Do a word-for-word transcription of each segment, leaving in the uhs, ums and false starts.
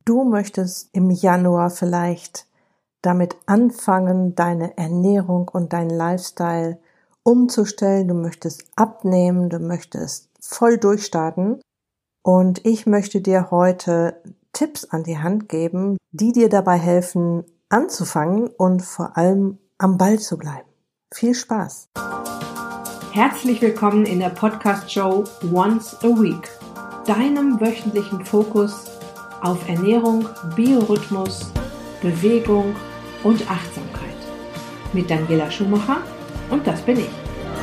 Du möchtest im Januar vielleicht damit anfangen, deine Ernährung und deinen Lifestyle umzustellen. Du möchtest abnehmen, du möchtest voll durchstarten. Und ich möchte dir heute Tipps an die Hand geben, die dir dabei helfen, anzufangen und vor allem am Ball zu bleiben. Viel Spaß! Herzlich willkommen in der Podcast-Show Once a Week, deinem wöchentlichen Fokus auf Ernährung, Biorhythmus, Bewegung und Achtsamkeit. Mit Daniela Schumacher und das bin ich.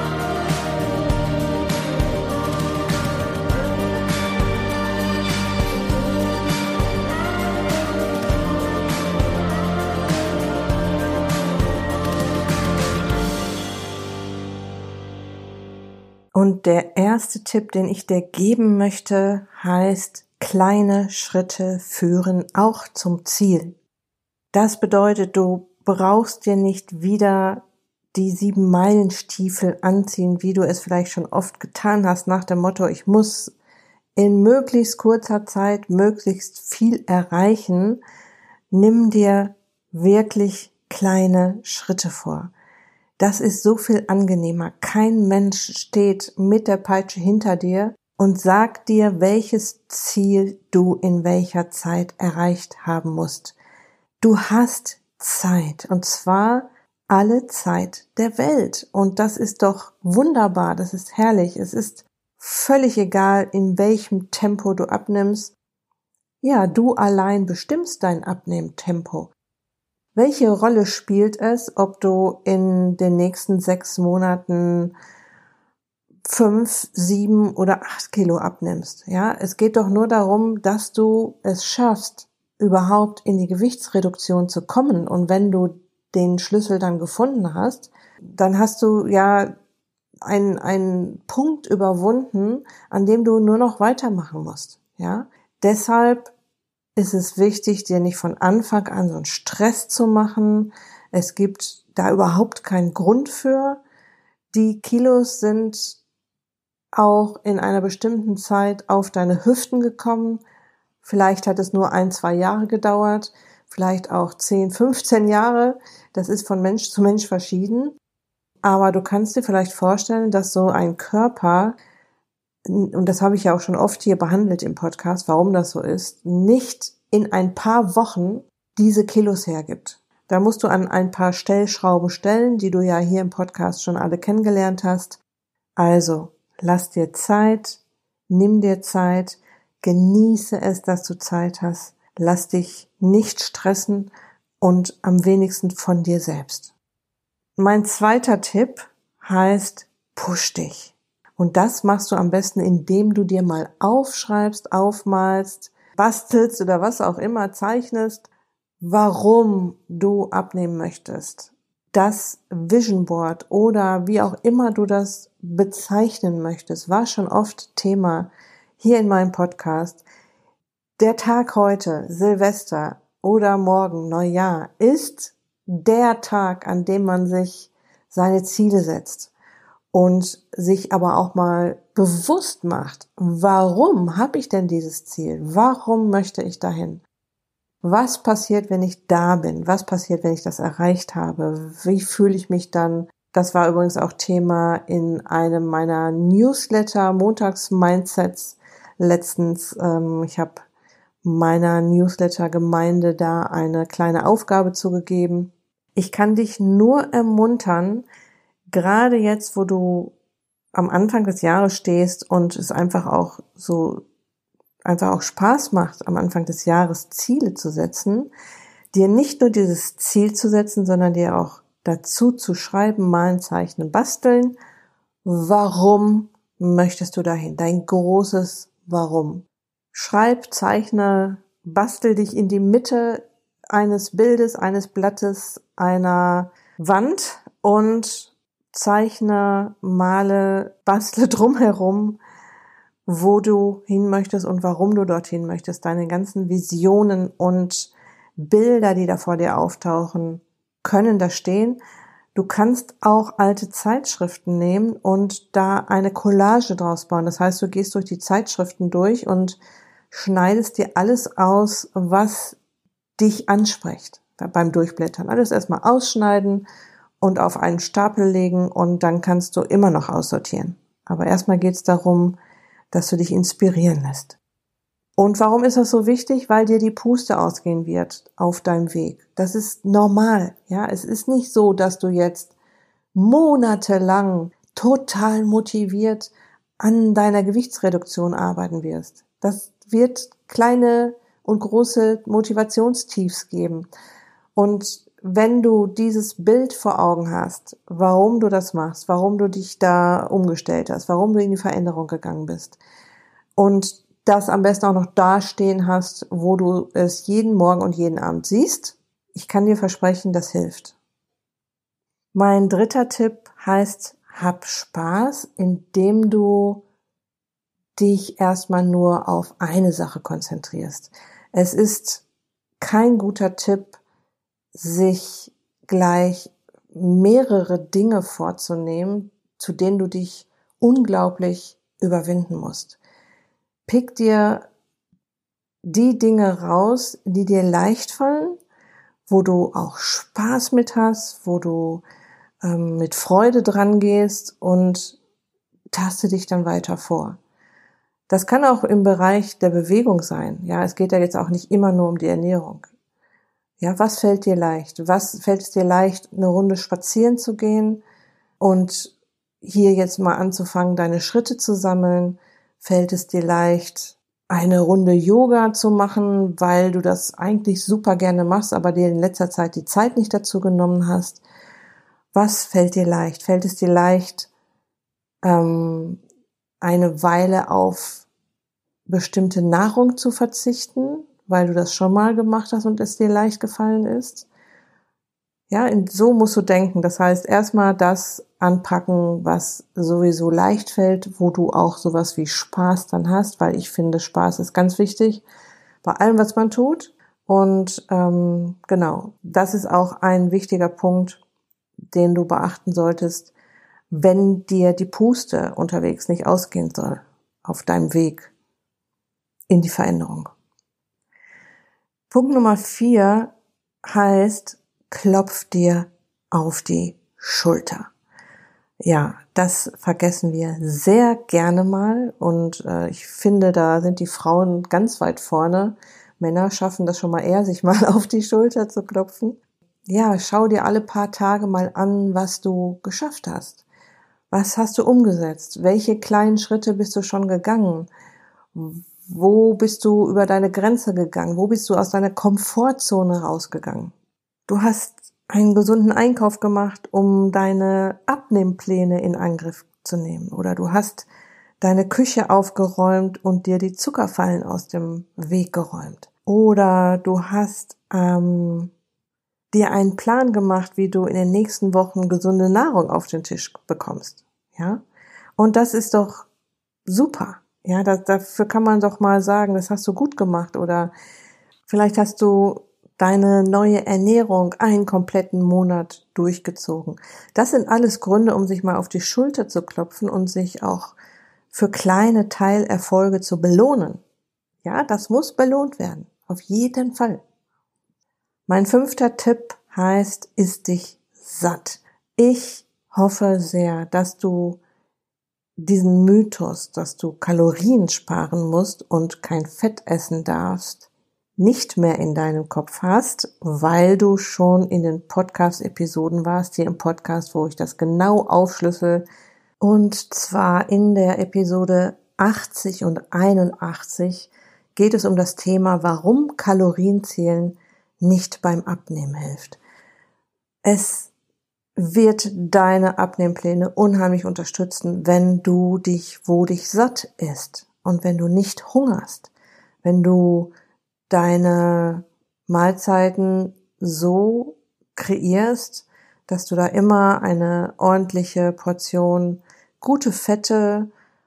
Und der erste Tipp, den ich dir geben möchte, heißt, kleine Schritte führen auch zum Ziel. Das bedeutet, du brauchst dir nicht wieder die sieben Meilenstiefel anziehen, wie du es vielleicht schon oft getan hast, nach dem Motto, ich muss in möglichst kurzer Zeit möglichst viel erreichen. Nimm dir wirklich kleine Schritte vor. Das ist so viel angenehmer. Kein Mensch steht mit der Peitsche hinter dir und sagt dir, welches Ziel du in welcher Zeit erreicht haben musst. Du hast Zeit, und zwar alle Zeit der Welt. Und das ist doch wunderbar, das ist herrlich. Es ist völlig egal, in welchem Tempo du abnimmst. Ja, du allein bestimmst dein Abnehmtempo. Welche Rolle spielt es, ob du in den nächsten sechs Monaten fünf, sieben oder acht Kilo abnimmst? Ja, es geht doch nur darum, dass du es schaffst, überhaupt in die Gewichtsreduktion zu kommen. Und wenn du den Schlüssel dann gefunden hast, dann hast du ja einen, einen Punkt überwunden, an dem du nur noch weitermachen musst. Ja, deshalb ist es wichtig, dir nicht von Anfang an so einen Stress zu machen. Es gibt da überhaupt keinen Grund für. Die Kilos sind auch in einer bestimmten Zeit auf deine Hüften gekommen. Vielleicht hat es nur ein, zwei Jahre gedauert, vielleicht auch zehn, fünfzehn Jahre. Das ist von Mensch zu Mensch verschieden. Aber du kannst dir vielleicht vorstellen, dass so ein Körper, und das habe ich ja auch schon oft hier behandelt im Podcast, warum das so ist, nicht in ein paar Wochen diese Kilos hergibt. Da musst du an ein paar Stellschrauben stellen, die du ja hier im Podcast schon alle kennengelernt hast. Also, lass dir Zeit, nimm dir Zeit, genieße es, dass du Zeit hast, lass dich nicht stressen und am wenigsten von dir selbst. Mein zweiter Tipp heißt, push dich. Und das machst du am besten, indem du dir mal aufschreibst, aufmalst, bastelst oder was auch immer, zeichnest, warum du abnehmen möchtest. Das Vision Board oder wie auch immer du das bezeichnen möchtest, war schon oft Thema hier in meinem Podcast. Der Tag heute, Silvester oder morgen, Neujahr, ist der Tag, an dem man sich seine Ziele setzt und sich aber auch mal bewusst macht, warum habe ich denn dieses Ziel? Warum möchte ich dahin? Was passiert, wenn ich da bin? Was passiert, wenn ich das erreicht habe? Wie fühle ich mich dann? Das war übrigens auch Thema in einem meiner Newsletter, Montags-Mindsets letztens. Ähm, ich habe meiner Newsletter-Gemeinde da eine kleine Aufgabe zugegeben. Ich kann dich nur ermuntern, gerade jetzt, wo du am Anfang des Jahres stehst und es einfach auch so einfach auch Spaß macht, am Anfang des Jahres Ziele zu setzen, dir nicht nur dieses Ziel zu setzen, sondern dir auch dazu zu schreiben, malen, zeichnen, basteln. Warum möchtest du dahin? Dein großes Warum. Schreib, zeichne, bastel dich in die Mitte eines Bildes, eines Blattes, einer Wand und zeichne, male, bastle drumherum, wo du hin möchtest und warum du dorthin möchtest. Deine ganzen Visionen und Bilder, die da vor dir auftauchen, können da stehen. Du kannst auch alte Zeitschriften nehmen und da eine Collage draus bauen. Das heißt, du gehst durch die Zeitschriften durch und schneidest dir alles aus, was dich anspricht beim Durchblättern. Alles erstmal ausschneiden und auf einen Stapel legen und dann kannst du immer noch aussortieren. Aber erstmal geht es darum, dass du dich inspirieren lässt. Und warum ist das so wichtig? Weil dir die Puste ausgehen wird auf deinem Weg. Das ist normal. Ja, es ist nicht so, dass du jetzt monatelang total motiviert an deiner Gewichtsreduktion arbeiten wirst. Das wird kleine und große Motivationstiefs geben. Und wenn du dieses Bild vor Augen hast, warum du das machst, warum du dich da umgestellt hast, warum du in die Veränderung gegangen bist und das am besten auch noch dastehen hast, wo du es jeden Morgen und jeden Abend siehst, ich kann dir versprechen, das hilft. Mein dritter Tipp heißt, hab Spaß, indem du dich erstmal nur auf eine Sache konzentrierst. Es ist kein guter Tipp, sich gleich mehrere Dinge vorzunehmen, zu denen du dich unglaublich überwinden musst. Pick dir die Dinge raus, die dir leicht fallen, wo du auch Spaß mit hast, wo du ähm, mit Freude dran gehst und taste dich dann weiter vor. Das kann auch im Bereich der Bewegung sein. Ja, es geht ja jetzt auch nicht immer nur um die Ernährung. Ja, was fällt dir leicht? Was fällt es dir leicht, eine Runde spazieren zu gehen und hier jetzt mal anzufangen, deine Schritte zu sammeln? Fällt es dir leicht, eine Runde Yoga zu machen, weil du das eigentlich super gerne machst, aber dir in letzter Zeit die Zeit nicht dazu genommen hast? Was fällt dir leicht? Fällt es dir leicht, ähm, eine Weile auf bestimmte Nahrung zu verzichten, weil du das schon mal gemacht hast und es dir leicht gefallen ist? Ja, so musst du denken. Das heißt, erstmal das anpacken, was sowieso leicht fällt, wo du auch sowas wie Spaß dann hast, weil ich finde, Spaß ist ganz wichtig bei allem, was man tut. Und ähm, genau, das ist auch ein wichtiger Punkt, den du beachten solltest, wenn dir die Puste unterwegs nicht ausgehen soll auf deinem Weg in die Veränderung. Punkt Nummer vier heißt, klopf dir auf die Schulter. Ja, das vergessen wir sehr gerne mal und äh, ich finde, da sind die Frauen ganz weit vorne. Männer schaffen das schon mal eher, sich mal auf die Schulter zu klopfen. Ja, schau dir alle paar Tage mal an, was du geschafft hast. Was hast du umgesetzt? Welche kleinen Schritte bist du schon gegangen? Wo bist du über deine Grenze gegangen? Wo bist du aus deiner Komfortzone rausgegangen? Du hast einen gesunden Einkauf gemacht, um deine Abnehmpläne in Angriff zu nehmen. Oder du hast deine Küche aufgeräumt und dir die Zuckerfallen aus dem Weg geräumt. Oder du hast ähm, dir einen Plan gemacht, wie du in den nächsten Wochen gesunde Nahrung auf den Tisch bekommst. Ja? Und das ist doch super. Ja, das, dafür kann man doch mal sagen, das hast du gut gemacht. Oder vielleicht hast du deine neue Ernährung einen kompletten Monat durchgezogen. Das sind alles Gründe, um sich mal auf die Schulter zu klopfen und sich auch für kleine Teilerfolge zu belohnen. Ja, das muss belohnt werden. Auf jeden Fall. Mein fünfter Tipp heißt, iss dich satt. Ich hoffe sehr, dass du diesen Mythos, dass du Kalorien sparen musst und kein Fett essen darfst, nicht mehr in deinem Kopf hast, weil du schon in den Podcast-Episoden warst, hier im Podcast, wo ich das genau aufschlüssel. Und zwar in der Episode achtzig und einundachtzig geht es um das Thema, warum Kalorienzählen nicht beim Abnehmen hilft. Es wird deine Abnehmpläne unheimlich unterstützen, wenn du dich, wo dich satt isst und wenn du nicht hungerst, wenn du deine Mahlzeiten so kreierst, dass du da immer eine ordentliche Portion gute Fette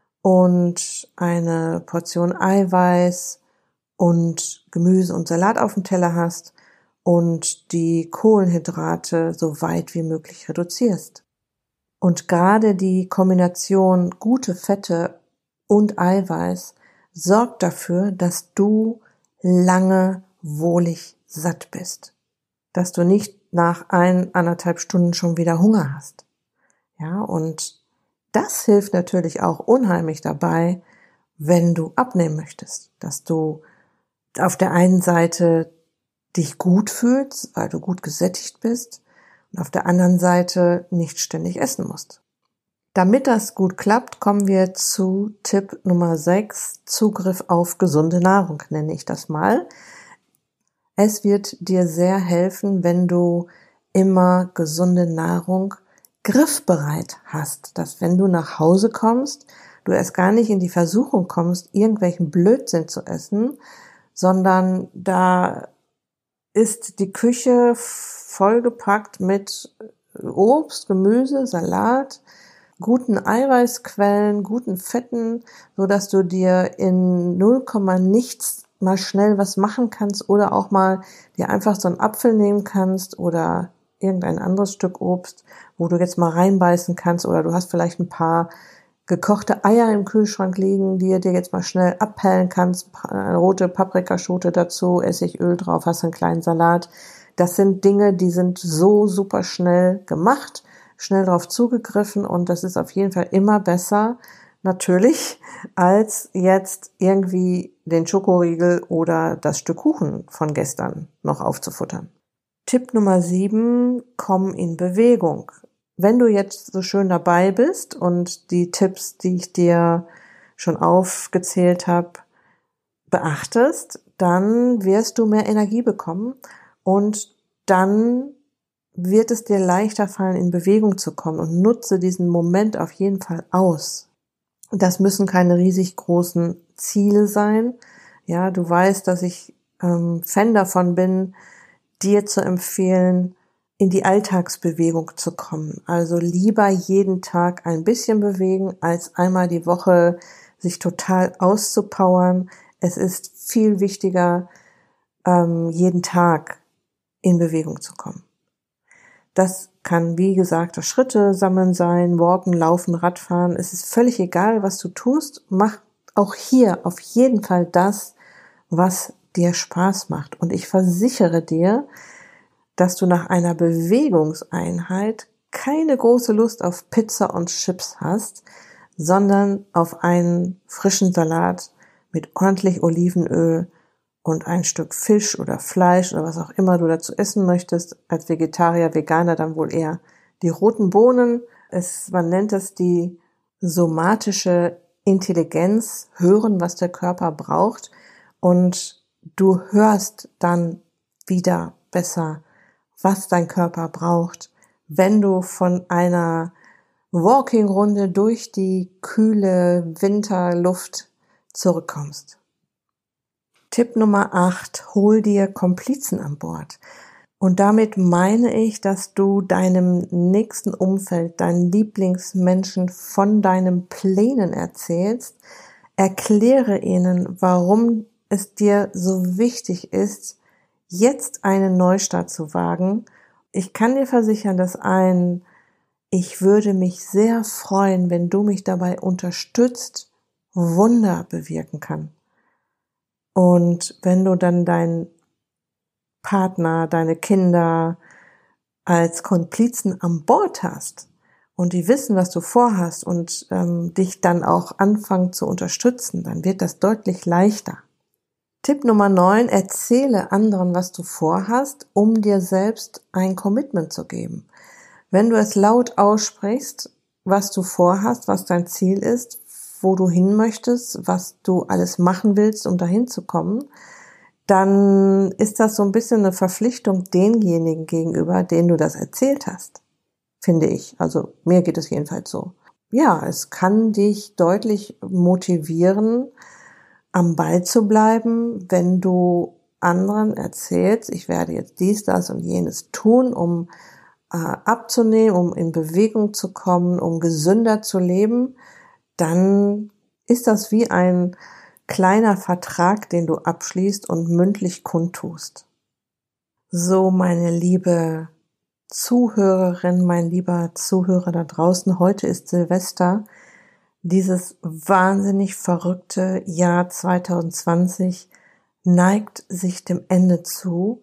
und eine Portion Eiweiß und Gemüse und Salat auf dem Teller hast und die Kohlenhydrate so weit wie möglich reduzierst. Und gerade die Kombination gute Fette und Eiweiß sorgt dafür, dass du lange wohlig satt bist. Dass du nicht nach ein, anderthalb Stunden schon wieder Hunger hast. Ja, und das hilft natürlich auch unheimlich dabei, wenn du abnehmen möchtest. Dass du auf der einen Seite dich gut fühlst, weil du gut gesättigt bist und auf der anderen Seite nicht ständig essen musst. Damit das gut klappt, kommen wir zu Tipp Nummer sechs, Zugriff auf gesunde Nahrung, nenne ich das mal. Es wird dir sehr helfen, wenn du immer gesunde Nahrung griffbereit hast, dass wenn du nach Hause kommst, du erst gar nicht in die Versuchung kommst, irgendwelchen Blödsinn zu essen, sondern da ist die Küche vollgepackt mit Obst, Gemüse, Salat, guten Eiweißquellen, guten Fetten, so dass du dir in null Komma nichts mal schnell was machen kannst oder auch mal dir einfach so einen Apfel nehmen kannst oder irgendein anderes Stück Obst, wo du jetzt mal reinbeißen kannst, oder du hast vielleicht ein paar gekochte Eier im Kühlschrank liegen, die du dir jetzt mal schnell abpellen kannst, rote Paprikaschote dazu, Essigöl drauf, hast einen kleinen Salat. Das sind Dinge, die sind so super schnell gemacht, schnell drauf zugegriffen, und das ist auf jeden Fall immer besser, natürlich, als jetzt irgendwie den Schokoriegel oder das Stück Kuchen von gestern noch aufzufuttern. Tipp Nummer sieben, komm in Bewegung. Wenn du jetzt so schön dabei bist und die Tipps, die ich dir schon aufgezählt habe, beachtest, dann wirst du mehr Energie bekommen und dann wird es dir leichter fallen, in Bewegung zu kommen, und nutze diesen Moment auf jeden Fall aus. Das müssen keine riesig großen Ziele sein. Ja, du weißt, dass ich ähm, Fan davon bin, dir zu empfehlen, in die Alltagsbewegung zu kommen. Also lieber jeden Tag ein bisschen bewegen, als einmal die Woche sich total auszupowern. Es ist viel wichtiger, ähm, jeden Tag in Bewegung zu kommen. Das kann, wie gesagt, das Schritte sammeln sein, walken, laufen, Radfahren. Es ist völlig egal, was du tust. Mach auch hier auf jeden Fall das, was dir Spaß macht. Und ich versichere dir, dass du nach einer Bewegungseinheit keine große Lust auf Pizza und Chips hast, sondern auf einen frischen Salat mit ordentlich Olivenöl und ein Stück Fisch oder Fleisch oder was auch immer du dazu essen möchtest. Als Vegetarier, Veganer dann wohl eher die roten Bohnen. Es, man nennt es die somatische Intelligenz, hören, was der Körper braucht, und du hörst dann wieder besser, was dein Körper braucht, wenn du von einer Walking-Runde durch die kühle Winterluft zurückkommst. Tipp Nummer acht, hol dir Komplizen an Bord. Und damit meine ich, dass du deinem nächsten Umfeld, deinen Lieblingsmenschen von deinen Plänen erzählst. Erkläre ihnen, warum es dir so wichtig ist, jetzt einen Neustart zu wagen. Ich kann dir versichern, dass ein Ich würde mich sehr freuen, wenn du mich dabei unterstützt, Wunder bewirken kann. Und wenn du dann deinen Partner, deine Kinder als Komplizen an Bord hast und die wissen, was du vorhast und ähm, dich dann auch anfangen zu unterstützen, dann wird das deutlich leichter. Tipp Nummer neun, erzähle anderen, was du vorhast, um dir selbst ein Commitment zu geben. Wenn du es laut aussprichst, was du vorhast, was dein Ziel ist, wo du hin möchtest, was du alles machen willst, um dahin zu kommen, dann ist das so ein bisschen eine Verpflichtung denjenigen gegenüber, denen du das erzählt hast, finde ich. Also mir geht es jedenfalls so. Ja, es kann dich deutlich motivieren, am Ball zu bleiben, wenn du anderen erzählst, ich werde jetzt dies, das und jenes tun, um äh, abzunehmen, um in Bewegung zu kommen, um gesünder zu leben, dann ist das wie ein kleiner Vertrag, den du abschließt und mündlich kundtust. So, meine liebe Zuhörerin, mein lieber Zuhörer da draußen, heute ist Silvester. Dieses wahnsinnig verrückte Jahr zwanzig zwanzig neigt sich dem Ende zu.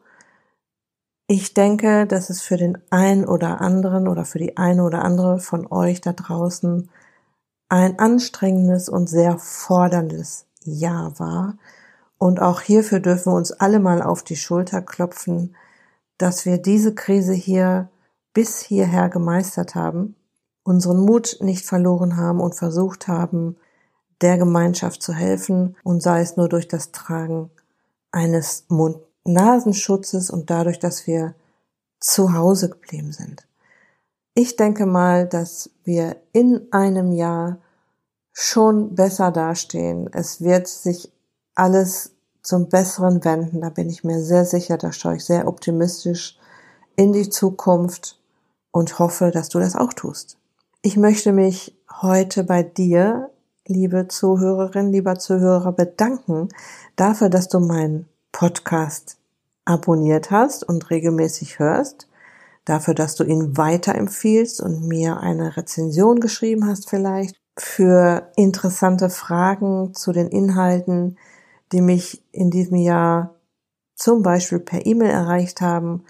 Ich denke, dass es für den einen oder anderen oder für die eine oder andere von euch da draußen ein anstrengendes und sehr forderndes Jahr war. Und auch hierfür dürfen wir uns alle mal auf die Schulter klopfen, dass wir diese Krise hier bis hierher gemeistert haben, unseren Mut nicht verloren haben und versucht haben, der Gemeinschaft zu helfen, und sei es nur durch das Tragen eines Mund-Nasenschutzes und dadurch, dass wir zu Hause geblieben sind. Ich denke mal, dass wir in einem Jahr schon besser dastehen. Es wird sich alles zum Besseren wenden, da bin ich mir sehr sicher, da schaue ich sehr optimistisch in die Zukunft und hoffe, dass du das auch tust. Ich möchte mich heute bei dir, liebe Zuhörerin, lieber Zuhörer, bedanken dafür, dass du meinen Podcast abonniert hast und regelmäßig hörst, dafür, dass du ihn weiterempfiehlst und mir eine Rezension geschrieben hast vielleicht, für interessante Fragen zu den Inhalten, die mich in diesem Jahr zum Beispiel per E-Mail erreicht haben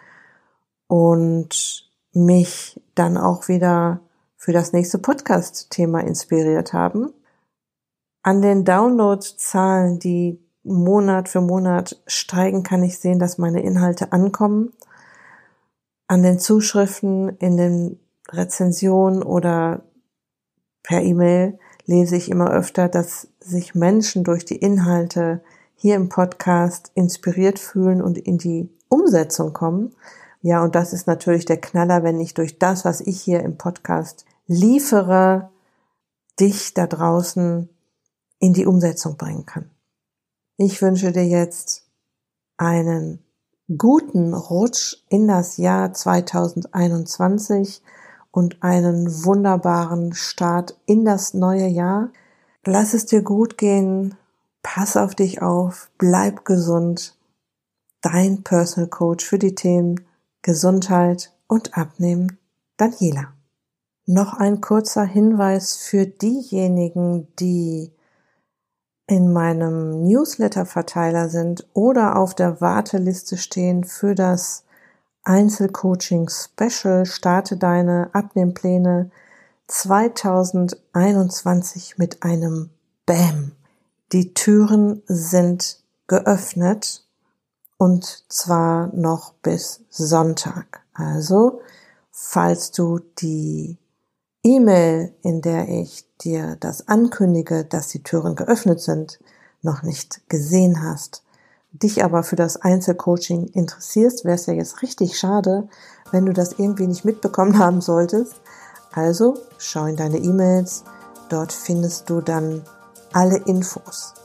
und mich dann auch wieder für das nächste Podcast-Thema inspiriert haben. An den Download-Zahlen, die Monat für Monat steigen, kann ich sehen, dass meine Inhalte ankommen. An den Zuschriften, in den Rezensionen oder per E-Mail lese ich immer öfter, dass sich Menschen durch die Inhalte hier im Podcast inspiriert fühlen und in die Umsetzung kommen. Ja, und das ist natürlich der Knaller, wenn ich durch das, was ich hier im Podcast liefere, dich da draußen in die Umsetzung bringen kann. Ich wünsche dir jetzt einen guten Rutsch in das Jahr zwanzig einundzwanzig und einen wunderbaren Start in das neue Jahr. Lass es dir gut gehen, pass auf dich auf, bleib gesund. Dein Personal Coach für die Themen Gesundheit und Abnehmen, Daniela. Noch ein kurzer Hinweis für diejenigen, die in meinem Newsletter-Verteiler sind oder auf der Warteliste stehen für das Einzelcoaching-Special. Starte deine Abnehmpläne zwanzig einundzwanzig mit einem Bam. Die Türen sind geöffnet und zwar noch bis Sonntag. Also, falls du die E-Mail, in der ich dir das ankündige, dass die Türen geöffnet sind, noch nicht gesehen hast, dich aber für das Einzelcoaching interessierst, wäre es ja jetzt richtig schade, wenn du das irgendwie nicht mitbekommen haben solltest. Also schau in deine E-Mails, dort findest du dann alle Infos.